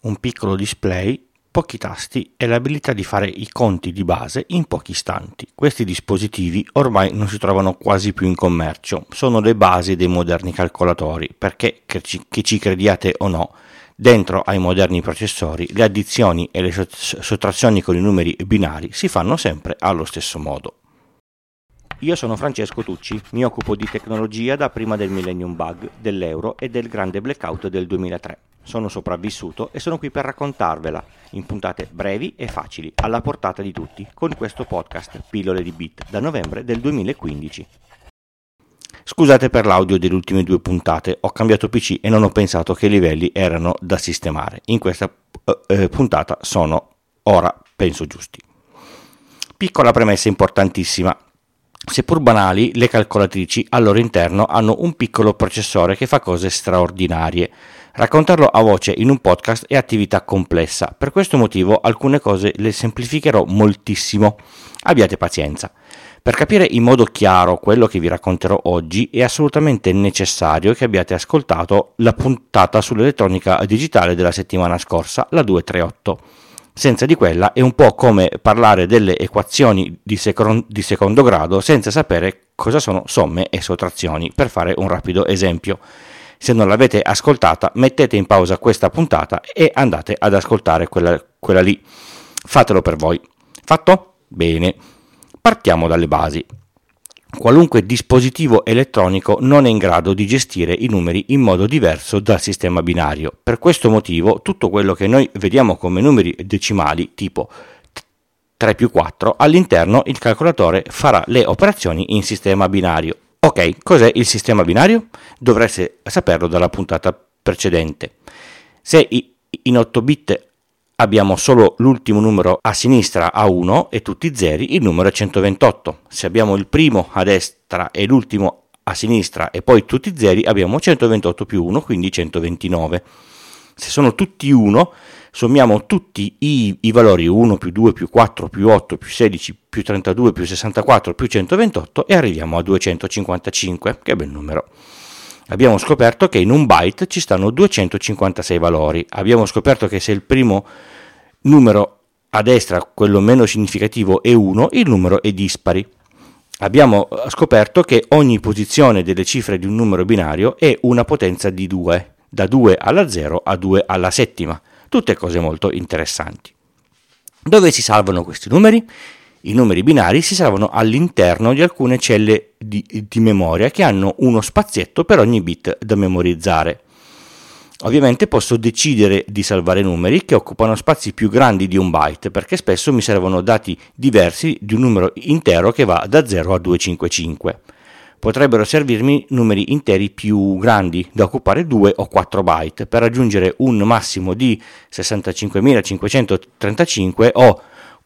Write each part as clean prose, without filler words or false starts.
un piccolo display, pochi tasti e l'abilità di fare i conti di base in pochi istanti. Questi dispositivi ormai non si trovano quasi più in commercio, sono le basi dei moderni calcolatori, perché che ci crediate o no, dentro ai moderni processori le addizioni e le sottrazioni con i numeri binari si fanno sempre allo stesso modo. Io sono Francesco Tucci, mi occupo di tecnologia da prima del Millennium Bug, dell'euro e del grande blackout del 2003. Sono sopravvissuto e sono qui per raccontarvela in puntate brevi e facili, alla portata di tutti, con questo podcast Pillole di Bit da novembre del 2015. Scusate per l'audio delle ultime 2 puntate, ho cambiato PC e non ho pensato che i livelli erano da sistemare. In questa puntata sono, ora penso, giusti. Piccola premessa importantissima. Seppur banali, le calcolatrici al loro interno hanno un piccolo processore che fa cose straordinarie. Raccontarlo a voce in un podcast è attività complessa, per questo motivo alcune cose le semplificherò moltissimo. Abbiate pazienza. Per capire in modo chiaro quello che vi racconterò oggi è assolutamente necessario che abbiate ascoltato la puntata sull'elettronica digitale della settimana scorsa, la 238. Senza di quella è un po' come parlare delle equazioni di secondo grado senza sapere cosa sono somme e sottrazioni, per fare un rapido esempio. Se non l'avete ascoltata, mettete in pausa questa puntata e andate ad ascoltare quella lì. Fatelo per voi. Fatto? Bene. Partiamo dalle basi. Qualunque dispositivo elettronico non è in grado di gestire i numeri in modo diverso dal sistema binario. Per questo motivo, tutto quello che noi vediamo come numeri decimali, tipo 3 più 4, all'interno il calcolatore farà le operazioni in sistema binario. Ok, cos'è il sistema binario? Dovreste saperlo dalla puntata precedente. Se in 8 bit abbiamo solo l'ultimo numero a sinistra a 1 e tutti i zeri, il numero è 128. Se abbiamo il primo a destra e l'ultimo a sinistra e poi tutti i zeri, abbiamo 128 più 1, quindi 129. Se sono tutti 1, sommiamo tutti i valori 1 più 2 più 4 più 8 più 16 più 32 più 64 più 128 e arriviamo a 255, che bel numero. Abbiamo scoperto che in un byte ci stanno 256 valori. Abbiamo scoperto che se il primo numero a destra, quello meno significativo, è 1, il numero è dispari. Abbiamo scoperto che ogni posizione delle cifre di un numero binario è una potenza di 2, da 2 alla 0 a 2 alla settima. Tutte cose molto interessanti. Dove si salvano questi numeri? I numeri binari si salvano all'interno di alcune celle di memoria che hanno uno spazietto per ogni bit da memorizzare. Ovviamente posso decidere di salvare numeri che occupano spazi più grandi di un byte, perché spesso mi servono dati diversi di un numero intero che va da 0 a 255. Potrebbero servirmi numeri interi più grandi, da occupare 2 o 4 byte, per raggiungere un massimo di 65.535 o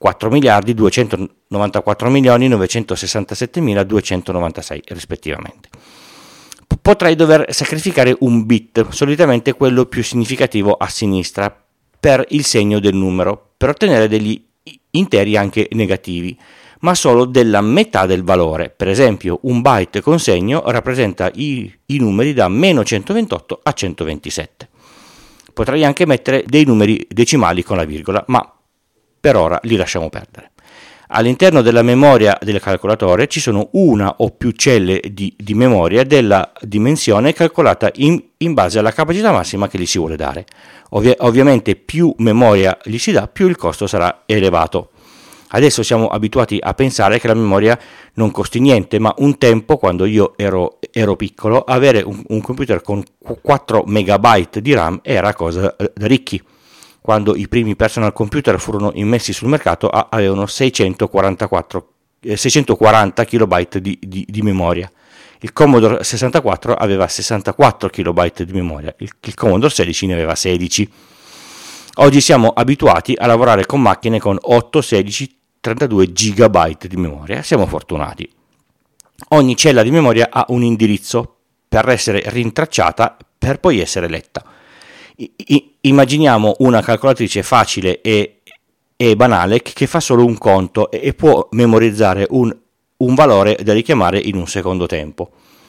4.294.967.296 rispettivamente. Potrei dover sacrificare un bit, solitamente quello più significativo a sinistra, per il segno del numero, per ottenere degli interi anche negativi, ma solo della metà del valore. Per esempio, un byte con segno rappresenta i numeri da meno 128 a 127. Potrei anche mettere dei numeri decimali con la virgola, ma per ora li lasciamo perdere. All'interno della memoria del calcolatore ci sono una o più celle di memoria della dimensione calcolata in base alla capacità massima che gli si vuole dare. Ovviamente più memoria gli si dà, più il costo sarà elevato. Adesso siamo abituati a pensare che la memoria non costi niente, ma un tempo, quando io ero piccolo, avere un computer con 4 megabyte di RAM era cosa da ricchi. Quando i primi personal computer furono immessi sul mercato avevano 640 kilobyte di memoria. Il Commodore 64 aveva 64 kilobyte di memoria, il Commodore 16 ne aveva 16. Oggi siamo abituati a lavorare con macchine con 8, 16, 32 gigabyte di memoria, siamo fortunati. Ogni cella di memoria ha un indirizzo per essere rintracciata, per poi essere letta. Immaginiamo una calcolatrice facile e banale che fa solo un conto e può memorizzare un valore da richiamare in un secondo tempo.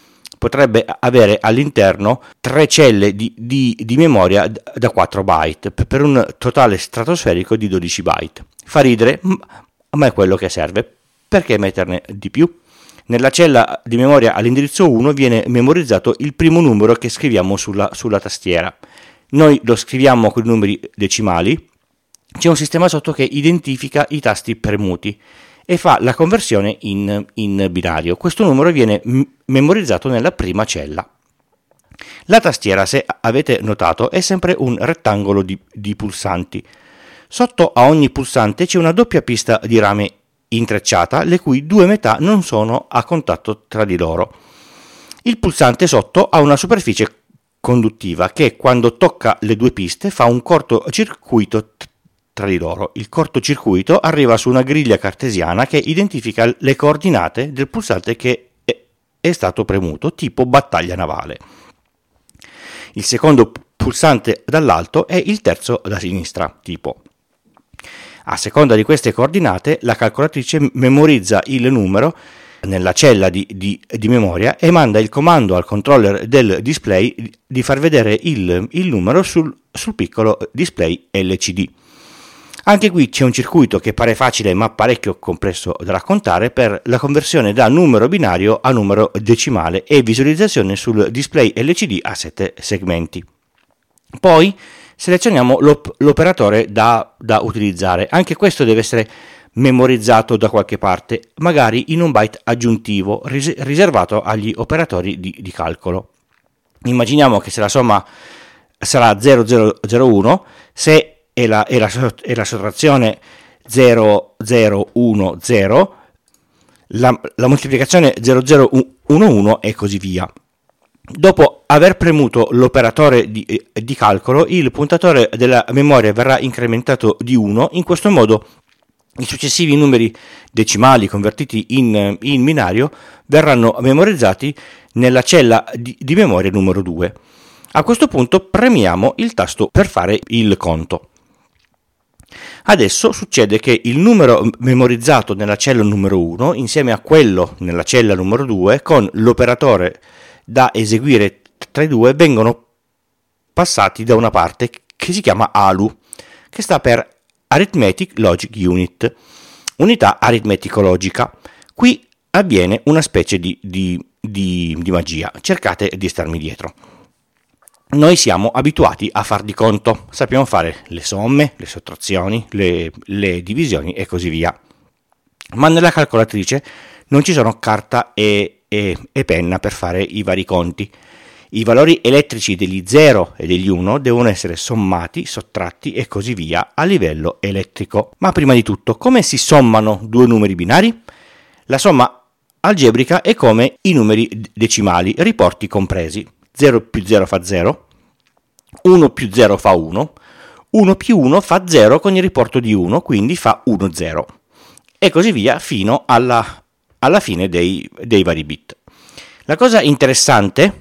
potrebbe avere all'interno 3 celle di memoria da 4 byte per un totale stratosferico di 12 byte. Fa ridere, ma è quello che serve. Perché metterne di più? Nella cella di memoria all'indirizzo 1 viene memorizzato il primo numero che scriviamo sulla tastiera. Noi lo scriviamo con i numeri decimali, c'è un sistema sotto che identifica i tasti premuti e fa la conversione in binario. Questo numero viene memorizzato nella prima cella. La tastiera, se avete notato, è sempre un rettangolo di pulsanti. Sotto a ogni pulsante c'è una doppia pista di rame intrecciata, le cui due metà non sono a contatto tra di loro. Il pulsante sotto ha una superficie conduttiva che, quando tocca le due piste, fa un cortocircuito tra di loro. Il cortocircuito arriva su una griglia cartesiana che identifica le coordinate del pulsante che è stato premuto, tipo battaglia navale. Il secondo pulsante dall'alto è il terzo da sinistra, tipo. A seconda di queste coordinate, la calcolatrice memorizza il numero nella cella di memoria e manda il comando al controller del display di far vedere il numero sul piccolo display LCD. Anche qui c'è un circuito che pare facile ma parecchio complesso da raccontare per la conversione da numero binario a numero decimale e visualizzazione sul display LCD a 7 segmenti. Poi selezioniamo l'operatore da utilizzare. Anche questo deve essere memorizzato da qualche parte, magari in un byte aggiuntivo riservato agli operatori di calcolo. Immaginiamo che se la somma sarà 0001, se è la sottrazione 0010, la moltiplicazione 0011 e così via. Dopo aver premuto l'operatore di calcolo, il puntatore della memoria verrà incrementato di 1. In questo modo i successivi numeri decimali convertiti in binario verranno memorizzati nella cella di memoria numero 2. A questo punto premiamo il tasto per fare il conto. Adesso succede che il numero memorizzato nella cella numero 1 insieme a quello nella cella numero 2 con l'operatore da eseguire tra i due vengono passati da una parte che si chiama ALU, che sta per Arithmetic Logic Unit, unità aritmetico-logica. Qui avviene una specie di magia, cercate di starmi dietro. Noi siamo abituati a far di conto, sappiamo fare le somme, le sottrazioni, le divisioni e così via. Ma nella calcolatrice non ci sono carta e penna per fare i vari conti. I valori elettrici degli 0 e degli 1 devono essere sommati, sottratti e così via a livello elettrico. Ma prima di tutto, come si sommano due numeri binari? La somma algebrica è come i numeri decimali, riporti compresi. 0 più 0 fa 0, 1 più 0 fa 1, 1 più 1 fa 0 con il riporto di 1, quindi fa 1, 0. E così via fino alla fine dei vari bit. La cosa interessante,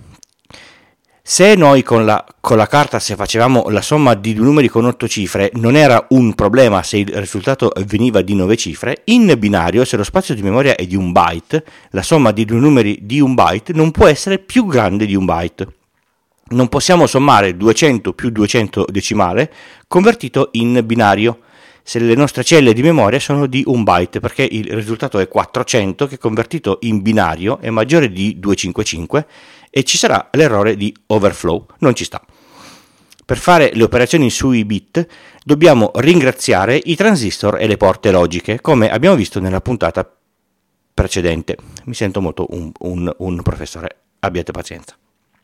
se noi con la carta, se facevamo la somma di due numeri con 8 cifre, non era un problema se il risultato veniva di 9 cifre, in binario, se lo spazio di memoria è di un byte, la somma di due numeri di un byte non può essere più grande di un byte. Non possiamo sommare 200 più 200 decimale convertito in binario se le nostre celle di memoria sono di un byte, perché il risultato è 400 che convertito in binario è maggiore di 255 e ci sarà l'errore di overflow, non ci sta. Per fare le operazioni sui bit dobbiamo ringraziare i transistor e le porte logiche, come abbiamo visto nella puntata precedente. Mi sento molto un professore, abbiate pazienza.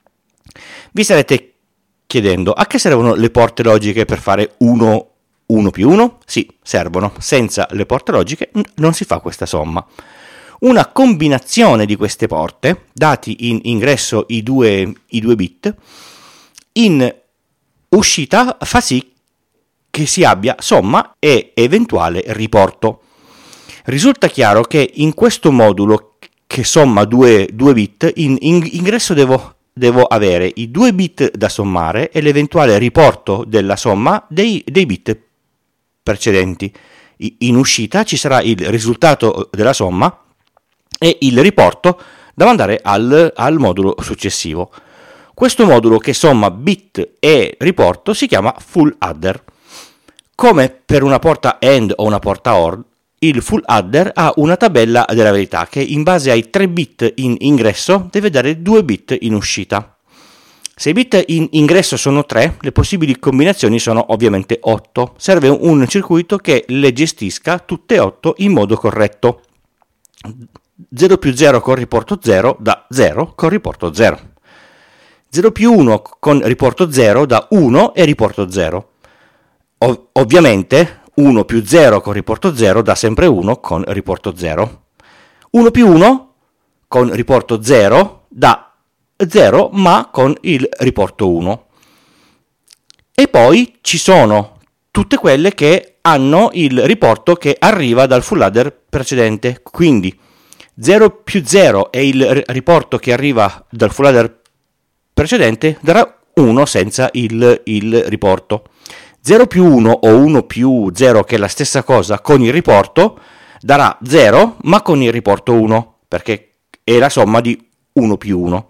Vi starete chiedendo a che servono le porte logiche per fare 1 più 1? Sì, servono. Senza le porte logiche non si fa questa somma. Una combinazione di queste porte, dati in ingresso i due bit, in uscita fa sì che si abbia somma e eventuale riporto. Risulta chiaro che in questo modulo che somma due bit, in ingresso devo avere i 2 bit da sommare e l'eventuale riporto della somma dei bit precedenti. In uscita ci sarà il risultato della somma e il riporto da mandare al modulo successivo. Questo modulo, che somma bit e riporto, si chiama full adder. Come per una porta AND o una porta OR, il full adder ha una tabella della verità che in base ai 3 bit in ingresso deve dare 2 bit in uscita. Se i bit in ingresso sono 3, le possibili combinazioni sono ovviamente 8. Serve un circuito che le gestisca tutte e 8 in modo corretto. 0 più 0 con riporto 0 da 0 con riporto 0. 0 più 1 con riporto 0 da 1 e riporto 0. Ovviamente 1 più 0 con riporto 0 dà sempre 1 con riporto 0. 1 più 1 con riporto 0 dà 0 ma con il riporto 1. E poi ci sono tutte quelle che hanno il riporto che arriva dal full adder precedente, quindi 0 più 0 è il riporto che arriva dal full adder precedente, darà 1 senza il riporto. 0 più 1 o 1 più 0, che è la stessa cosa con il riporto, darà 0 ma con il riporto 1, perché è la somma di 1 più 1.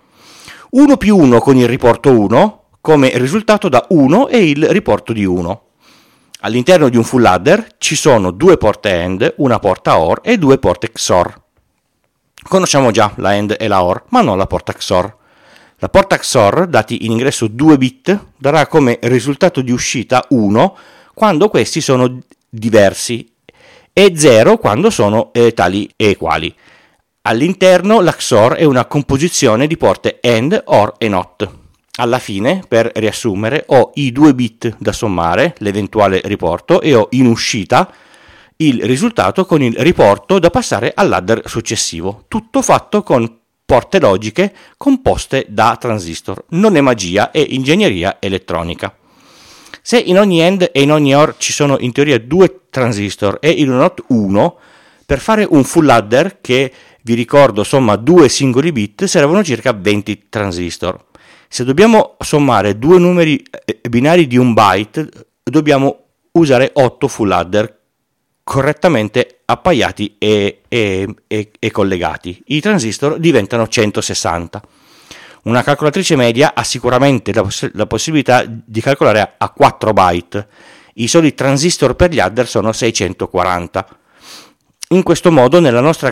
1 più 1 con il riporto 1 come risultato dà 1 e il riporto di 1. All'interno di un full adder ci sono 2 porte AND, una porta OR e 2 porte XOR. Conosciamo già la AND e la OR, ma non la porta XOR. La porta XOR, dati in ingresso 2 bit, darà come risultato di uscita 1 quando questi sono diversi e 0 quando sono tali e quali. All'interno la XOR è una composizione di porte AND, OR e NOT. Alla fine, per riassumere, ho i 2 bit da sommare, l'eventuale riporto, e ho in uscita il risultato con il riporto da passare all'adder successivo. Tutto fatto con porte logiche composte da transistor. Non è magia, è ingegneria elettronica. Se in ogni AND e in ogni OR ci sono in teoria 2 transistor e in un NOT 1, per fare un full adder che, vi ricordo, somma 2 singoli bit, servono circa 20 transistor. Se dobbiamo sommare 2 numeri binari di un byte, dobbiamo usare 8 full adder correttamente appaiati e collegati. I transistor diventano 160. Una calcolatrice media ha sicuramente la possibilità di calcolare a 4 byte. I soli transistor per gli adder sono 640. In questo modo, nella nostra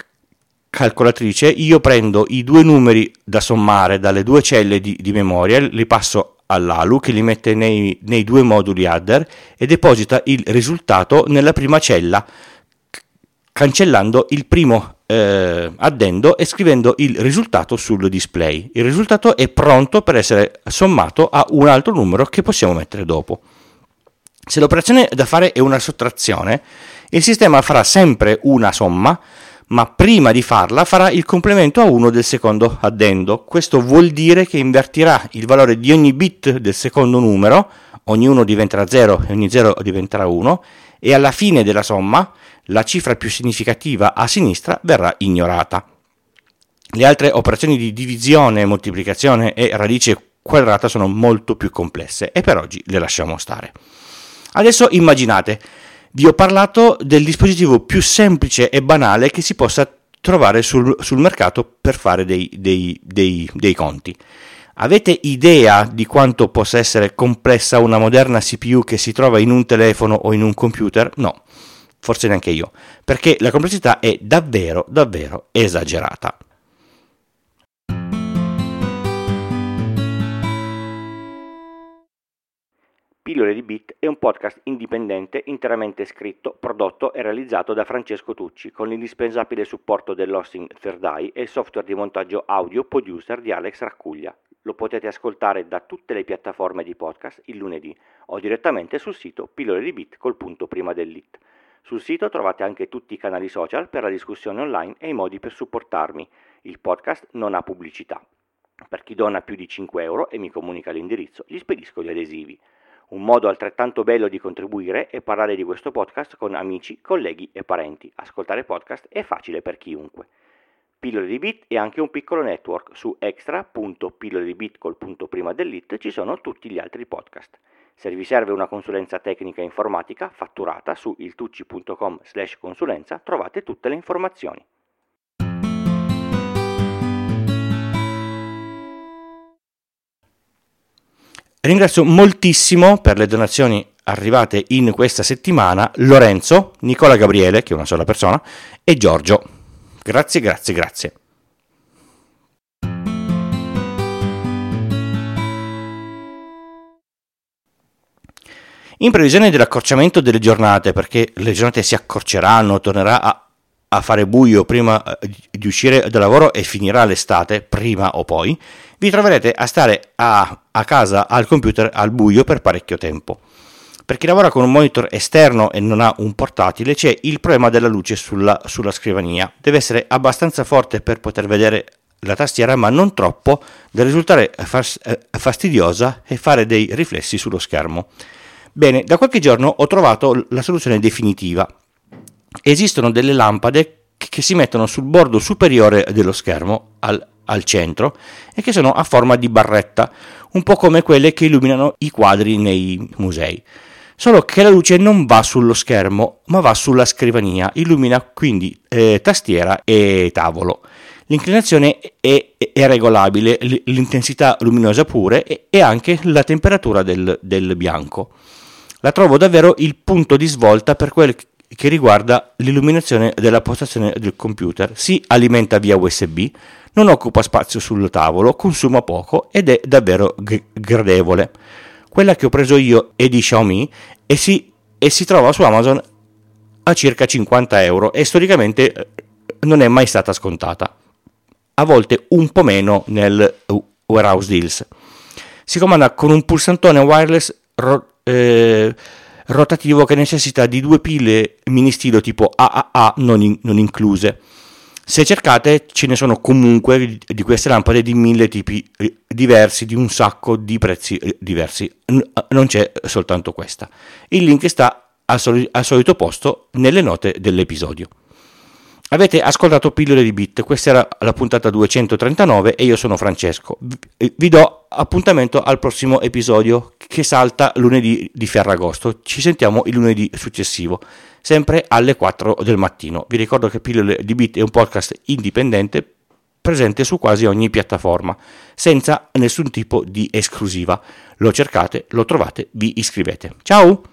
calcolatrice, io prendo i 2 numeri da sommare dalle 2 celle di memoria, li passo all'ALU che li mette nei 2 moduli adder e deposita il risultato nella prima cella, cancellando il primo addendo e scrivendo il risultato sul display. Il risultato è pronto per essere sommato a un altro numero che possiamo mettere dopo. Se l'operazione da fare è una sottrazione, il sistema farà sempre una somma, ma prima di farla farà il complemento a 1 del secondo addendo. Questo vuol dire che invertirà il valore di ogni bit del secondo numero, ogni 1 diventerà 0 e ogni 0 diventerà 1, e alla fine della somma la cifra più significativa a sinistra verrà ignorata. Le altre operazioni di divisione, moltiplicazione e radice quadrata sono molto più complesse e per oggi le lasciamo stare. Adesso immaginate, vi ho parlato del dispositivo più semplice e banale che si possa trovare sul mercato per fare dei conti. Avete idea di quanto possa essere complessa una moderna CPU che si trova in un telefono o in un computer? No, forse neanche io, perché la complessità è davvero, davvero esagerata. Pillole di Bit è un podcast indipendente interamente scritto, prodotto e realizzato da Francesco Tucci con l'indispensabile supporto dell'hosting Third Eye e il software di montaggio audio Producer di Alex Raccuglia. Lo potete ascoltare da tutte le piattaforme di podcast il lunedì o direttamente sul sito Pillole di Bit col punto prima dell'it. Sul sito trovate anche tutti i canali social per la discussione online e i modi per supportarmi. Il podcast non ha pubblicità. Per chi dona più di 5 euro e mi comunica l'indirizzo, gli spedisco gli adesivi. Un modo altrettanto bello di contribuire è parlare di questo podcast con amici, colleghi e parenti. Ascoltare podcast è facile per chiunque. Pillole di Bit è anche un piccolo network. Su extra.pilloledibit col punto prima dell'it ci sono tutti gli altri podcast. Se vi serve una consulenza tecnica informatica fatturata su iltucci.com/consulenza trovate tutte le informazioni. Ringrazio moltissimo per le donazioni arrivate in questa settimana Lorenzo, Nicola Gabriele, che è una sola persona, e Giorgio. Grazie. In previsione dell'accorciamento delle giornate, perché le giornate si accorceranno, tornerà a fare buio prima di uscire dal lavoro e finirà l'estate, prima o poi, vi troverete a stare a casa al computer al buio per parecchio tempo. Per chi lavora con un monitor esterno e non ha un portatile, c'è il problema della luce sulla scrivania. Deve essere abbastanza forte per poter vedere la tastiera, ma non troppo da risultare fastidiosa e fare dei riflessi sullo schermo. Bene, da qualche giorno ho trovato la soluzione definitiva. Esistono delle lampade che si mettono sul bordo superiore dello schermo, al centro, e che sono a forma di barretta, un po' come quelle che illuminano i quadri nei musei. Solo che la luce non va sullo schermo, ma va sulla scrivania, illumina quindi tastiera e tavolo. L'inclinazione è regolabile, l'intensità luminosa pure e anche la temperatura del bianco. La trovo davvero il punto di svolta per quel che riguarda l'illuminazione della postazione del computer. Si alimenta via USB, non occupa spazio sul tavolo, consuma poco ed è davvero gradevole. Quella che ho preso io è di Xiaomi e si trova su Amazon a circa 50 euro e storicamente non è mai stata scontata. A volte un po' meno nel warehouse deals. Si comanda con un pulsantone wireless rotativo che necessita di 2 pile mini stilo tipo AAA non incluse. Se cercate ce ne sono comunque di queste lampade di 1000 tipi diversi, di un sacco di prezzi diversi, non c'è soltanto questa. Il link sta al solito posto nelle note dell'episodio. Avete ascoltato Pillole di Bit, questa era la puntata 239 e io sono Francesco. Vi do appuntamento al prossimo episodio che salta lunedì di Ferragosto. Ci sentiamo il lunedì successivo, sempre alle 4 del mattino. Vi ricordo che Pillole di Bit è un podcast indipendente presente su quasi ogni piattaforma, senza nessun tipo di esclusiva. Lo cercate, lo trovate, vi iscrivete. Ciao!